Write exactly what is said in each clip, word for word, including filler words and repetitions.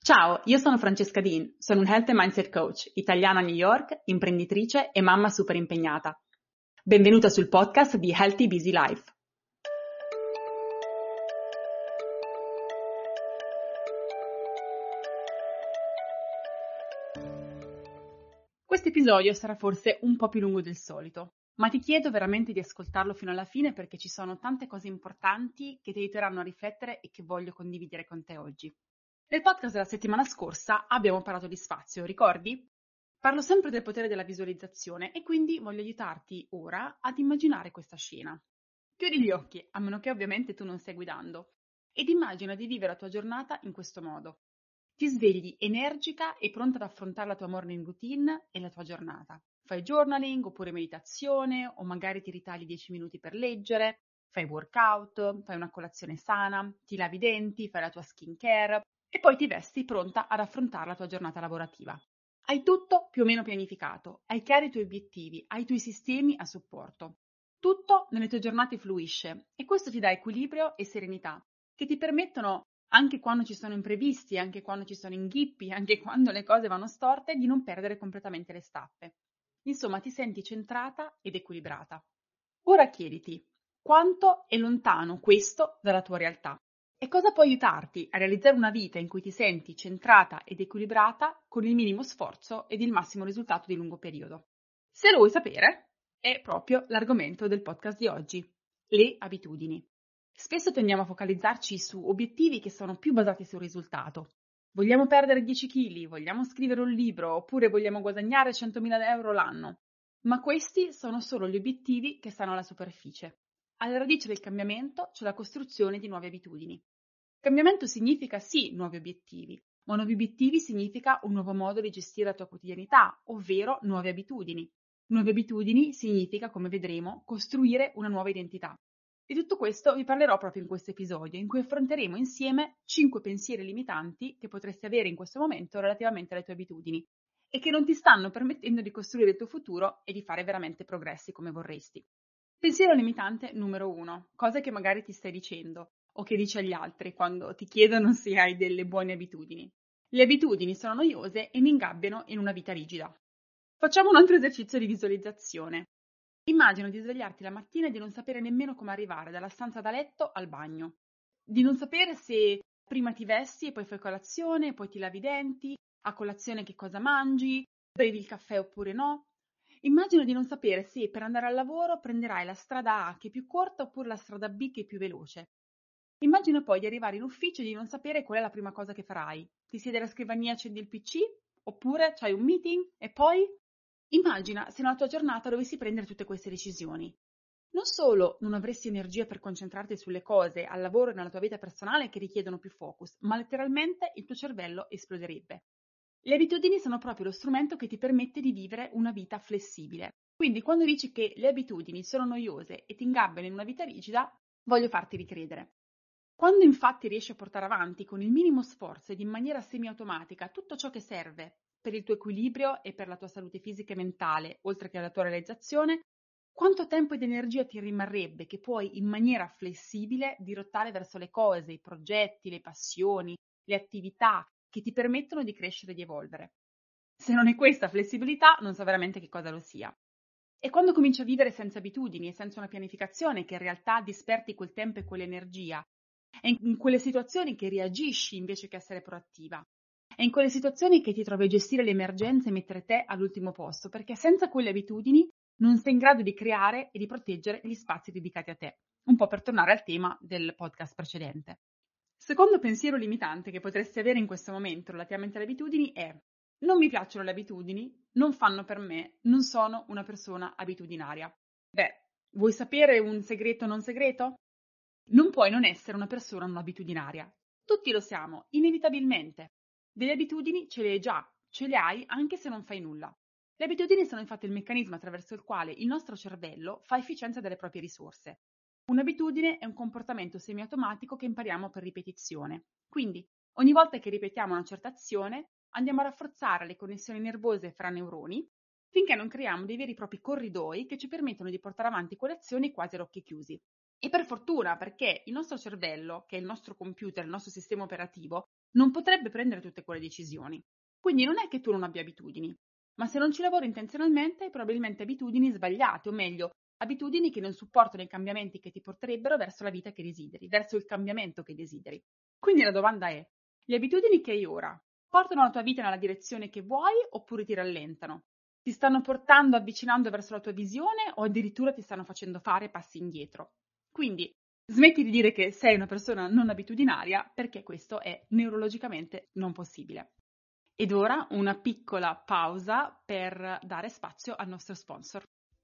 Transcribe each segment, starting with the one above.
Ciao, io sono Francesca Dean, sono un Health and Mindset Coach, italiana a New York, imprenditrice e mamma super impegnata. Benvenuta sul podcast di Healthy Busy Life. Questo episodio sarà forse un po' più lungo del solito, ma ti chiedo veramente di ascoltarlo fino alla fine perché ci sono tante cose importanti che ti aiuteranno a riflettere e che voglio condividere con te oggi. Nel podcast della settimana scorsa abbiamo parlato di spazio, ricordi? Parlo sempre del potere della visualizzazione e quindi voglio aiutarti ora ad immaginare questa scena. Chiudi gli occhi, a meno che ovviamente tu non stia guidando, ed immagina di vivere la tua giornata in questo modo. Ti svegli energica e pronta ad affrontare la tua morning routine e la tua giornata. Fai journaling oppure meditazione o magari ti ritagli dieci minuti per leggere, fai workout, fai una colazione sana, ti lavi i denti, fai la tua skincare e poi ti vesti pronta ad affrontare la tua giornata lavorativa. Hai tutto più o meno pianificato, hai chiari i tuoi obiettivi, hai i tuoi sistemi a supporto. Tutto nelle tue giornate fluisce e questo ti dà equilibrio e serenità che ti permettono, anche quando ci sono imprevisti, anche quando ci sono inghippi, anche quando le cose vanno storte, di non perdere completamente le stappe. Insomma, ti senti centrata ed equilibrata. Ora chiediti, quanto è lontano questo dalla tua realtà? E cosa può aiutarti a realizzare una vita in cui ti senti centrata ed equilibrata con il minimo sforzo ed il massimo risultato di lungo periodo? Se lo vuoi sapere, è proprio l'argomento del podcast di oggi, le abitudini. Spesso tendiamo a focalizzarci su obiettivi che sono più basati sul risultato. Vogliamo perdere dieci chili, vogliamo scrivere un libro oppure vogliamo guadagnare centomila euro l'anno. Ma questi sono solo gli obiettivi che stanno alla superficie. Alla radice del cambiamento c'è la costruzione di nuove abitudini. Cambiamento significa sì nuovi obiettivi, ma nuovi obiettivi significa un nuovo modo di gestire la tua quotidianità, ovvero nuove abitudini. Nuove abitudini significa, come vedremo, costruire una nuova identità. Di tutto questo vi parlerò proprio in questo episodio, in cui affronteremo insieme cinque pensieri limitanti che potresti avere in questo momento relativamente alle tue abitudini e che non ti stanno permettendo di costruire il tuo futuro e di fare veramente progressi come vorresti. Pensiero limitante numero uno, cose che magari ti stai dicendo o che dici agli altri quando ti chiedono se hai delle buone abitudini. Le abitudini sono noiose e mi ingabbiano in una vita rigida. Facciamo un altro esercizio di visualizzazione. Immagina di svegliarti la mattina e di non sapere nemmeno come arrivare dalla stanza da letto al bagno. Di non sapere se prima ti vesti e poi fai colazione, poi ti lavi i denti, a colazione che cosa mangi, bevi il caffè oppure no. Immagina di non sapere se per andare al lavoro prenderai la strada A che è più corta oppure la strada B che è più veloce. Immagina poi di arrivare in ufficio e di non sapere qual è la prima cosa che farai. Ti siedi alla scrivania e accendi il P C? Oppure c'hai un meeting e poi? Immagina se nella tua giornata dovessi prendere tutte queste decisioni. Non solo non avresti energia per concentrarti sulle cose al lavoro e nella tua vita personale che richiedono più focus, ma letteralmente il tuo cervello esploderebbe. Le abitudini sono proprio lo strumento che ti permette di vivere una vita flessibile. Quindi quando dici che le abitudini sono noiose e ti ingabbiano in una vita rigida, voglio farti ricredere. Quando infatti riesci a portare avanti con il minimo sforzo ed in maniera semiautomatica tutto ciò che serve per il tuo equilibrio e per la tua salute fisica e mentale, oltre che la tua realizzazione, quanto tempo ed energia ti rimarrebbe che puoi in maniera flessibile dirottare verso le cose, i progetti, le passioni, le attività che ti permettono di crescere e di evolvere. Se non è questa flessibilità, non so veramente che cosa lo sia. E quando cominci a vivere senza abitudini e senza una pianificazione che in realtà disperti quel tempo e quell'energia, è in quelle situazioni che reagisci invece che essere proattiva. È in quelle situazioni che ti trovi a gestire le emergenze e mettere te all'ultimo posto, perché senza quelle abitudini non sei in grado di creare e di proteggere gli spazi dedicati a te. Un po' per tornare al tema del podcast precedente. Secondo pensiero limitante che potresti avere in questo momento relativamente alle abitudini è: non mi piacciono le abitudini, non fanno per me, non sono una persona abitudinaria. Beh, vuoi sapere un segreto non segreto? Non puoi non essere una persona non abitudinaria. Tutti lo siamo, inevitabilmente. Delle abitudini ce le hai già, ce le hai anche se non fai nulla. Le abitudini sono infatti il meccanismo attraverso il quale il nostro cervello fa efficienza delle proprie risorse. Un'abitudine è un comportamento semiautomatico che impariamo per ripetizione. Quindi, ogni volta che ripetiamo una certa azione, andiamo a rafforzare le connessioni nervose fra neuroni finché non creiamo dei veri e propri corridoi che ci permettono di portare avanti quelle azioni quasi a occhi chiusi. E per fortuna, perché il nostro cervello, che è il nostro computer, il nostro sistema operativo, non potrebbe prendere tutte quelle decisioni. Quindi non è che tu non abbia abitudini, ma se non ci lavori intenzionalmente hai probabilmente abitudini sbagliate, o meglio, abitudini che non supportano i cambiamenti che ti porterebbero verso la vita che desideri, verso il cambiamento che desideri. Quindi la domanda è, le abitudini che hai ora portano la tua vita nella direzione che vuoi oppure ti rallentano? Ti stanno portando, avvicinando verso la tua visione o addirittura ti stanno facendo fare passi indietro? Quindi smetti di dire che sei una persona non abitudinaria perché questo è neurologicamente non possibile. Ed ora una piccola pausa per dare spazio al nostro sponsor.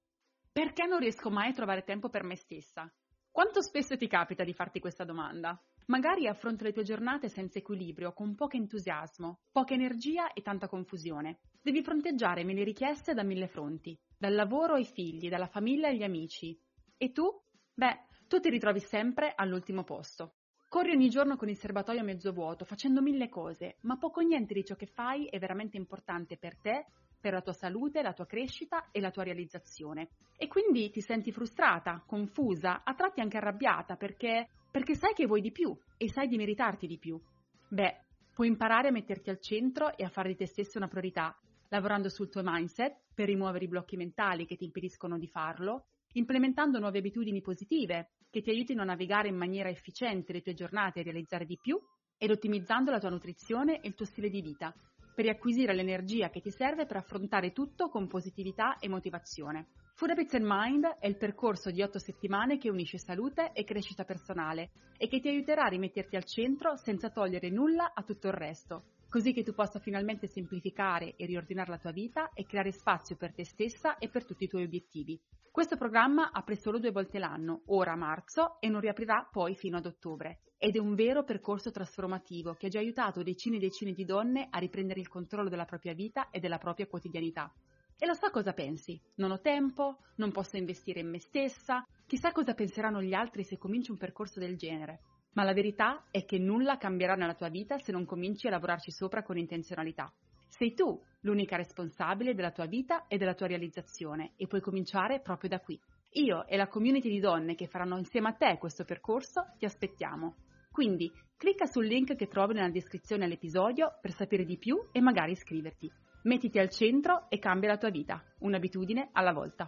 Perché non riesco mai a trovare tempo per me stessa? Quanto spesso ti capita di farti questa domanda? Magari affronti le tue giornate senza equilibrio, con poco entusiasmo, poca energia e tanta confusione. Devi fronteggiare mille richieste da mille fronti, dal lavoro ai figli, dalla famiglia agli amici. E tu? Beh, tu ti ritrovi sempre all'ultimo posto. Corri ogni giorno con il serbatoio mezzo vuoto, facendo mille cose, ma poco o niente di ciò che fai è veramente importante per te, per la tua salute, la tua crescita e la tua realizzazione. E quindi ti senti frustrata, confusa, a tratti anche arrabbiata perché, perché sai che vuoi di più e sai di meritarti di più. Beh, puoi imparare a metterti al centro e a fare di te stessa una priorità, lavorando sul tuo mindset per rimuovere i blocchi mentali che ti impediscono di farlo, implementando nuove abitudini positive che ti aiutino a navigare in maniera efficiente le tue giornate e realizzare di più, ed ottimizzando la tua nutrizione e il tuo stile di vita, per riacquisire l'energia che ti serve per affrontare tutto con positività e motivazione. Food Habits and Mind è il percorso di otto settimane che unisce salute e crescita personale e che ti aiuterà a rimetterti al centro senza togliere nulla a tutto il resto, così che tu possa finalmente semplificare e riordinare la tua vita e creare spazio per te stessa e per tutti i tuoi obiettivi. Questo programma apre solo due volte l'anno, ora a marzo, e non riaprirà poi fino ad ottobre. Ed è un vero percorso trasformativo che ha già aiutato decine e decine di donne a riprendere il controllo della propria vita e della propria quotidianità. E lo so cosa pensi? Non ho tempo, non posso investire in me stessa, chissà cosa penseranno gli altri se cominci un percorso del genere. Ma la verità è che nulla cambierà nella tua vita se non cominci a lavorarci sopra con intenzionalità. Sei tu l'unica responsabile della tua vita e della tua realizzazione e puoi cominciare proprio da qui. Io e la community di donne che faranno insieme a te questo percorso ti aspettiamo. Quindi clicca sul link che trovi nella descrizione all'episodio per sapere di più e magari iscriverti. Mettiti al centro e cambia la tua vita, un'abitudine alla volta.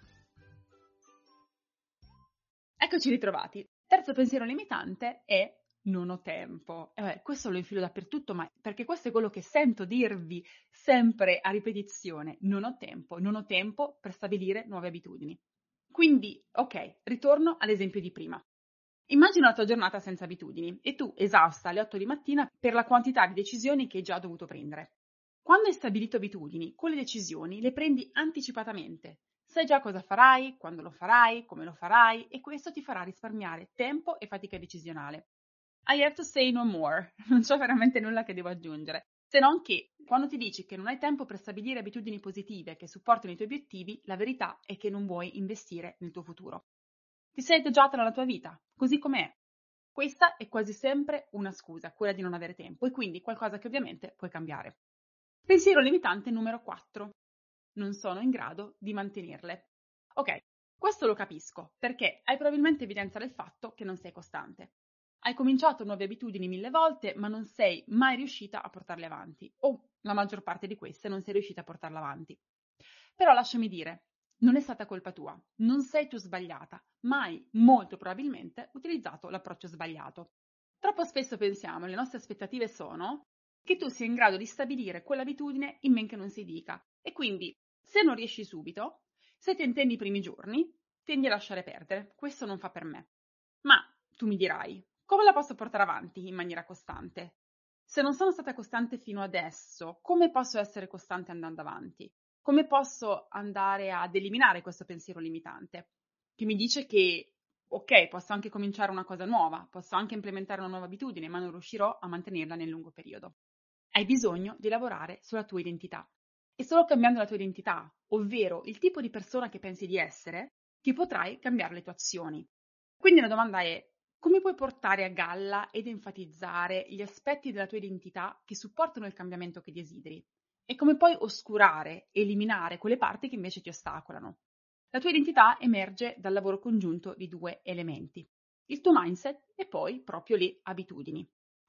Eccoci ritrovati. Terzo pensiero limitante è non ho tempo. Eh beh, questo lo infilo dappertutto, ma perché questo è quello che sento dirvi sempre a ripetizione. Non ho tempo, non ho tempo per stabilire nuove abitudini. Quindi, ok, ritorno all'esempio di prima. Immagina la tua giornata senza abitudini e tu esausta alle otto di mattina per la quantità di decisioni che hai già dovuto prendere. Quando hai stabilito abitudini, quelle decisioni le prendi anticipatamente. Sai già cosa farai, quando lo farai, come lo farai e questo ti farà risparmiare tempo e fatica decisionale. I have to say no more, non c'è veramente nulla che devo aggiungere, se non che quando ti dici che non hai tempo per stabilire abitudini positive che supportano i tuoi obiettivi, la verità è che non vuoi investire nel tuo futuro. Ti sei adagiata nella tua vita, così com'è. Questa è quasi sempre una scusa, quella di non avere tempo, e quindi qualcosa che ovviamente puoi cambiare. Pensiero limitante numero quattro. Non sono in grado di mantenerle. Ok, questo lo capisco, perché hai probabilmente evidenza del fatto che non sei costante. Hai cominciato nuove abitudini mille volte, ma non sei mai riuscita a portarle avanti, o la maggior parte di queste non sei riuscita a portarle avanti. Però lasciami dire, non è stata colpa tua, non sei tu sbagliata, ma hai molto probabilmente utilizzato l'approccio sbagliato. Troppo spesso pensiamo, le nostre aspettative sono che tu sia in grado di stabilire quell'abitudine in men che non si dica. E quindi, se non riesci subito, se tentenni i primi giorni, tendi a lasciare perdere. Questo non fa per me. Ma tu mi dirai, come la posso portare avanti in maniera costante? Se non sono stata costante fino adesso, come posso essere costante andando avanti? Come posso andare ad eliminare questo pensiero limitante? Che mi dice che, ok, posso anche cominciare una cosa nuova, posso anche implementare una nuova abitudine, ma non riuscirò a mantenerla nel lungo periodo. Hai bisogno di lavorare sulla tua identità. E solo cambiando la tua identità, ovvero il tipo di persona che pensi di essere, che potrai cambiare le tue azioni. Quindi la domanda è, come puoi portare a galla ed enfatizzare gli aspetti della tua identità che supportano il cambiamento che desideri? E come puoi oscurare, eliminare quelle parti che invece ti ostacolano? La tua identità emerge dal lavoro congiunto di due elementi, il tuo mindset e poi proprio le abitudini.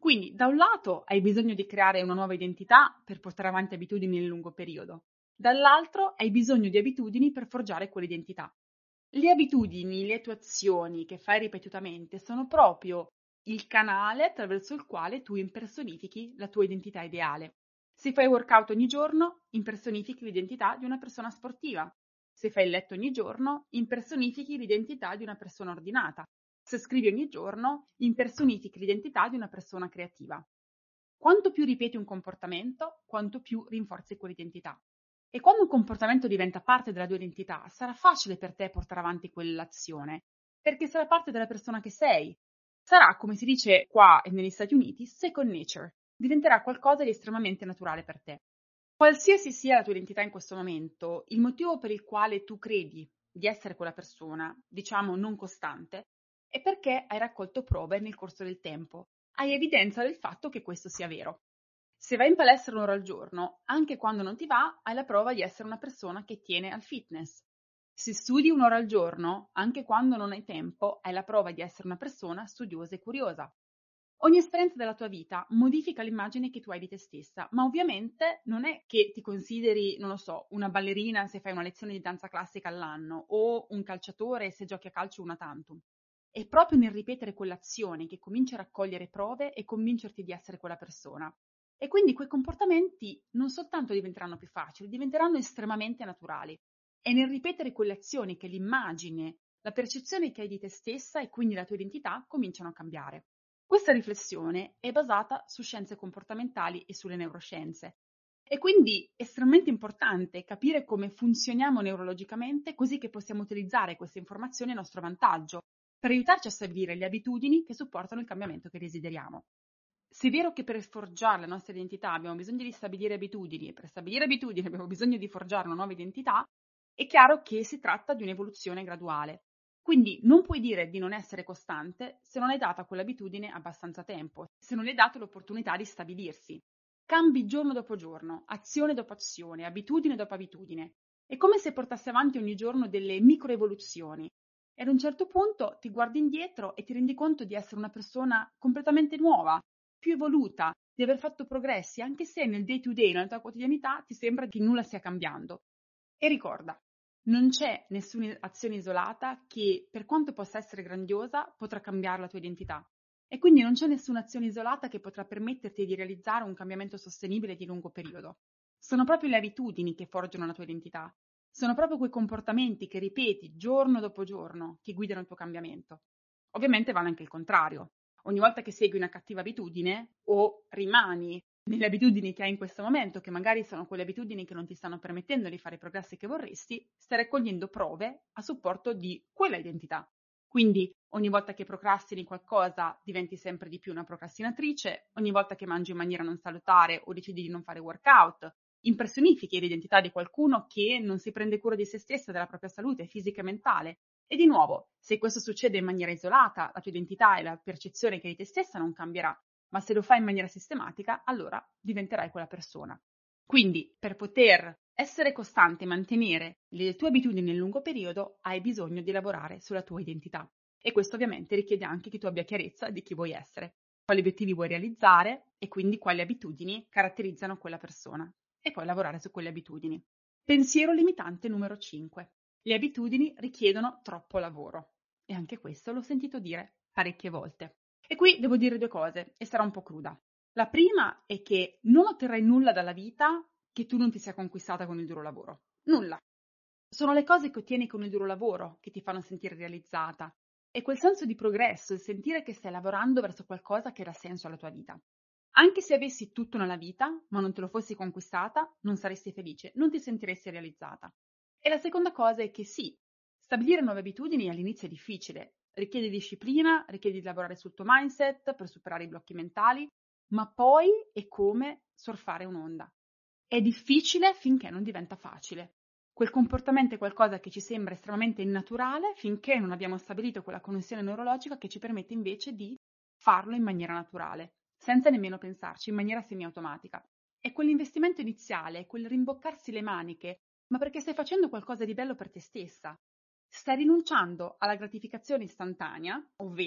Quindi, da un lato hai bisogno di creare una nuova identità per portare avanti abitudini nel lungo periodo, dall'altro hai bisogno di abitudini per forgiare quell'identità. Le abitudini, le tue azioni che fai ripetutamente sono proprio il canale attraverso il quale tu impersonifichi la tua identità ideale. Se fai workout ogni giorno, impersonifichi l'identità di una persona sportiva. Se fai il letto ogni giorno, impersonifichi l'identità di una persona ordinata. Se scrivi ogni giorno, impersonifichi l'identità di una persona creativa. Quanto più ripeti un comportamento, quanto più rinforzi quell'identità. E quando un comportamento diventa parte della tua identità, sarà facile per te portare avanti quell'azione, perché sarà parte della persona che sei. Sarà, come si dice qua e negli Stati Uniti, second nature. Diventerà qualcosa di estremamente naturale per te. Qualsiasi sia la tua identità in questo momento, il motivo per il quale tu credi di essere quella persona, diciamo non costante, è perché hai raccolto prove nel corso del tempo. Hai evidenza del fatto che questo sia vero. Se vai in palestra un'ora al giorno, anche quando non ti va, hai la prova di essere una persona che tiene al fitness. Se studi un'ora al giorno, anche quando non hai tempo, hai la prova di essere una persona studiosa e curiosa. Ogni esperienza della tua vita modifica l'immagine che tu hai di te stessa, ma ovviamente non è che ti consideri, non lo so, una ballerina se fai una lezione di danza classica all'anno o un calciatore se giochi a calcio una tantum. È proprio nel ripetere quell'azione che cominci a raccogliere prove e convincerti di essere quella persona. E quindi quei comportamenti non soltanto diventeranno più facili, diventeranno estremamente naturali. È nel ripetere quelle azioni che l'immagine, la percezione che hai di te stessa e quindi la tua identità cominciano a cambiare. Questa riflessione è basata su scienze comportamentali e sulle neuroscienze. E quindi è estremamente importante capire come funzioniamo neurologicamente così che possiamo utilizzare queste informazioni a nostro vantaggio per aiutarci a stabilire le abitudini che supportano il cambiamento che desideriamo. Se è vero che per forgiare la nostra identità abbiamo bisogno di stabilire abitudini e per stabilire abitudini abbiamo bisogno di forgiare una nuova identità, è chiaro che si tratta di un'evoluzione graduale. Quindi non puoi dire di non essere costante se non hai dato a quell'abitudine abbastanza tempo, se non hai dato l'opportunità di stabilirsi. Cambi giorno dopo giorno, azione dopo azione, abitudine dopo abitudine. È come se portassi avanti ogni giorno delle microevoluzioni. E ad un certo punto ti guardi indietro e ti rendi conto di essere una persona completamente nuova, più evoluta, di aver fatto progressi, anche se nel day to day, nella tua quotidianità, ti sembra che nulla stia cambiando. E ricorda, non c'è nessuna azione isolata che, per quanto possa essere grandiosa, potrà cambiare la tua identità. E quindi non c'è nessuna azione isolata che potrà permetterti di realizzare un cambiamento sostenibile di lungo periodo. Sono proprio le abitudini che forgiano la tua identità. Sono proprio quei comportamenti che ripeti giorno dopo giorno che guidano il tuo cambiamento. Ovviamente vale anche il contrario. Ogni volta che segui una cattiva abitudine o rimani nelle abitudini che hai in questo momento, che magari sono quelle abitudini che non ti stanno permettendo di fare i progressi che vorresti, stai raccogliendo prove a supporto di quella identità. Quindi ogni volta che procrastini qualcosa diventi sempre di più una procrastinatrice, ogni volta che mangi in maniera non salutare o decidi di non fare workout, impersonifichi l'identità di qualcuno che non si prende cura di se stesso e della propria salute fisica e mentale. E di nuovo, se questo succede in maniera isolata, la tua identità e la percezione che hai di te stessa non cambierà, ma se lo fai in maniera sistematica, allora diventerai quella persona. Quindi, per poter essere costante e mantenere le tue abitudini nel lungo periodo, hai bisogno di lavorare sulla tua identità. E questo ovviamente richiede anche che tu abbia chiarezza di chi vuoi essere, quali obiettivi vuoi realizzare e quindi quali abitudini caratterizzano quella persona. E poi lavorare su quelle abitudini. Pensiero limitante numero cinque. Le abitudini richiedono troppo lavoro. E anche questo l'ho sentito dire parecchie volte. E qui devo dire due cose, e sarò un po' cruda. La prima è che non otterrai nulla dalla vita che tu non ti sia conquistata con il duro lavoro. Nulla. Sono le cose che ottieni con il duro lavoro che ti fanno sentire realizzata. E quel senso di progresso, il sentire che stai lavorando verso qualcosa che dà senso alla tua vita. Anche se avessi tutto nella vita, ma non te lo fossi conquistata, non saresti felice, non ti sentiresti realizzata. E la seconda cosa è che sì, stabilire nuove abitudini all'inizio è difficile, richiede disciplina, richiede di lavorare sul tuo mindset per superare i blocchi mentali, ma poi è come surfare un'onda. È difficile finché non diventa facile. Quel comportamento è qualcosa che ci sembra estremamente innaturale finché non abbiamo stabilito quella connessione neurologica che ci permette invece di farlo in maniera naturale, senza nemmeno pensarci, in maniera semiautomatica. È quell'investimento iniziale, quel rimboccarsi le maniche, ma perché stai facendo qualcosa di bello per te stessa. Stai rinunciando alla gratificazione istantanea, ovvero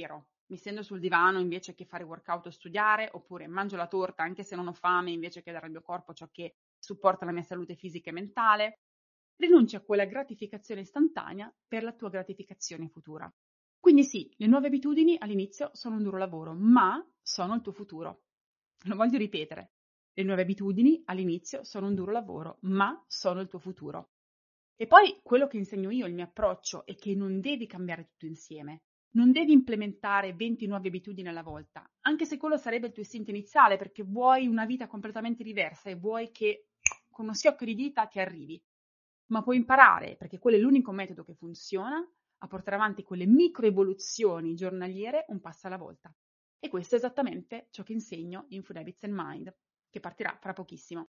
mi stendo sul divano invece che fare workout o studiare, oppure mangio la torta anche se non ho fame invece che dare al mio corpo ciò che supporta la mia salute fisica e mentale. Rinunci a quella gratificazione istantanea per la tua gratificazione futura. Quindi sì, le nuove abitudini all'inizio sono un duro lavoro, ma sono il tuo futuro. Lo voglio ripetere. Le nuove abitudini all'inizio sono un duro lavoro, ma sono il tuo futuro. E poi quello che insegno io, il mio approccio, è che non devi cambiare tutto insieme. Non devi implementare venti nuove abitudini alla volta, anche se quello sarebbe il tuo istinto iniziale, perché vuoi una vita completamente diversa e vuoi che con uno schiocco di dita ti arrivi. Ma puoi imparare, perché quello è l'unico metodo che funziona, a portare avanti quelle microevoluzioni giornaliere un passo alla volta. E questo è esattamente ciò che insegno in Food Habits and Mind, che partirà fra pochissimo.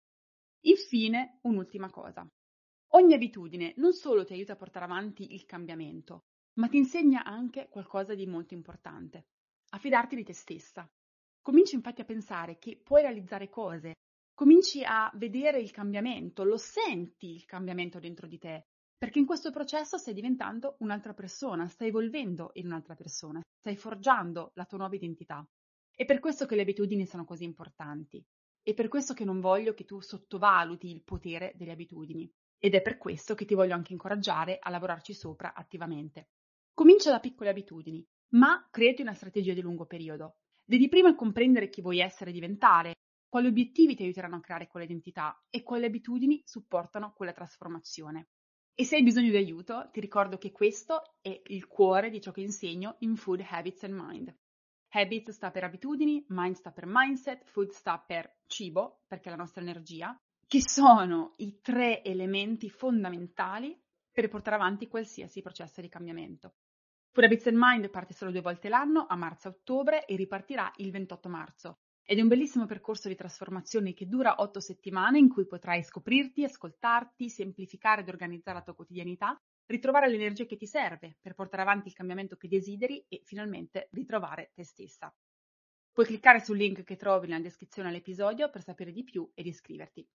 Infine, un'ultima cosa. Ogni abitudine non solo ti aiuta a portare avanti il cambiamento, ma ti insegna anche qualcosa di molto importante, a fidarti di te stessa. Cominci infatti a pensare che puoi realizzare cose, cominci a vedere il cambiamento, lo senti il cambiamento dentro di te, perché in questo processo stai diventando un'altra persona, stai evolvendo in un'altra persona, stai forgiando la tua nuova identità. È per questo che le abitudini sono così importanti. È per questo che non voglio che tu sottovaluti il potere delle abitudini. Ed è per questo che ti voglio anche incoraggiare a lavorarci sopra attivamente. Comincia da piccole abitudini, ma creati una strategia di lungo periodo. Devi prima comprendere chi vuoi essere e diventare, quali obiettivi ti aiuteranno a creare quell'identità e quali abitudini supportano quella trasformazione. E se hai bisogno di aiuto, ti ricordo che questo è il cuore di ciò che insegno in Food Habits and Mind. Habits sta per abitudini, Mind sta per mindset, Food sta per cibo, perché è la nostra energia, che sono i tre elementi fondamentali per portare avanti qualsiasi processo di cambiamento. Food Habits and Mind parte solo due volte l'anno, a marzo e ottobre, e ripartirà il ventotto marzo. Ed è un bellissimo percorso di trasformazione che dura otto settimane in cui potrai scoprirti, ascoltarti, semplificare ed organizzare la tua quotidianità, ritrovare l'energia che ti serve per portare avanti il cambiamento che desideri e finalmente ritrovare te stessa. Puoi cliccare sul link che trovi nella descrizione all'episodio per sapere di più ed iscriverti.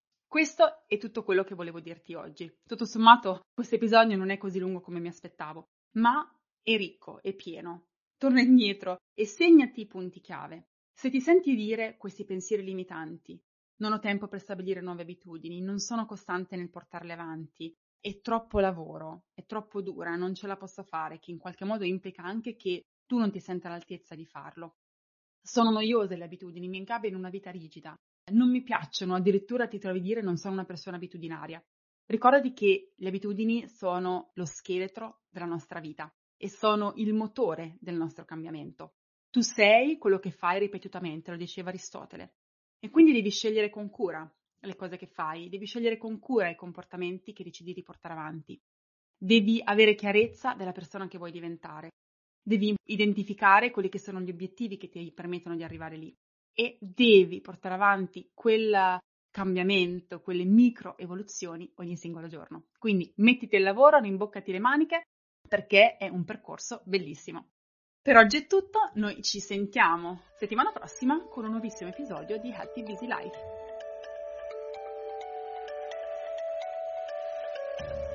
Questo è tutto quello che volevo dirti oggi. Tutto sommato, questo episodio non è così lungo come mi aspettavo, ma è ricco, è pieno. Torna indietro e segnati i punti chiave. Se ti senti dire questi pensieri limitanti, non ho tempo per stabilire nuove abitudini, non sono costante nel portarle avanti, è troppo lavoro, è troppo dura, non ce la posso fare, che in qualche modo implica anche che tu non ti senta all'altezza di farlo. Sono noiose le abitudini, mi ingabbio in una vita rigida. Non mi piacciono, addirittura ti trovi a dire non sono una persona abitudinaria. Ricordati che le abitudini sono lo scheletro della nostra vita e sono il motore del nostro cambiamento. Tu sei quello che fai ripetutamente, lo diceva Aristotele. E quindi devi scegliere con cura le cose che fai, devi scegliere con cura i comportamenti che decidi di portare avanti. Devi avere chiarezza della persona che vuoi diventare. Devi identificare quelli che sono gli obiettivi che ti permettono di arrivare lì e devi portare avanti quel cambiamento, quelle micro evoluzioni ogni singolo giorno. Quindi mettiti al lavoro, rimboccati le maniche perché è un percorso bellissimo. Per oggi è tutto, noi ci sentiamo settimana prossima con un nuovissimo episodio di Healthy Busy Life.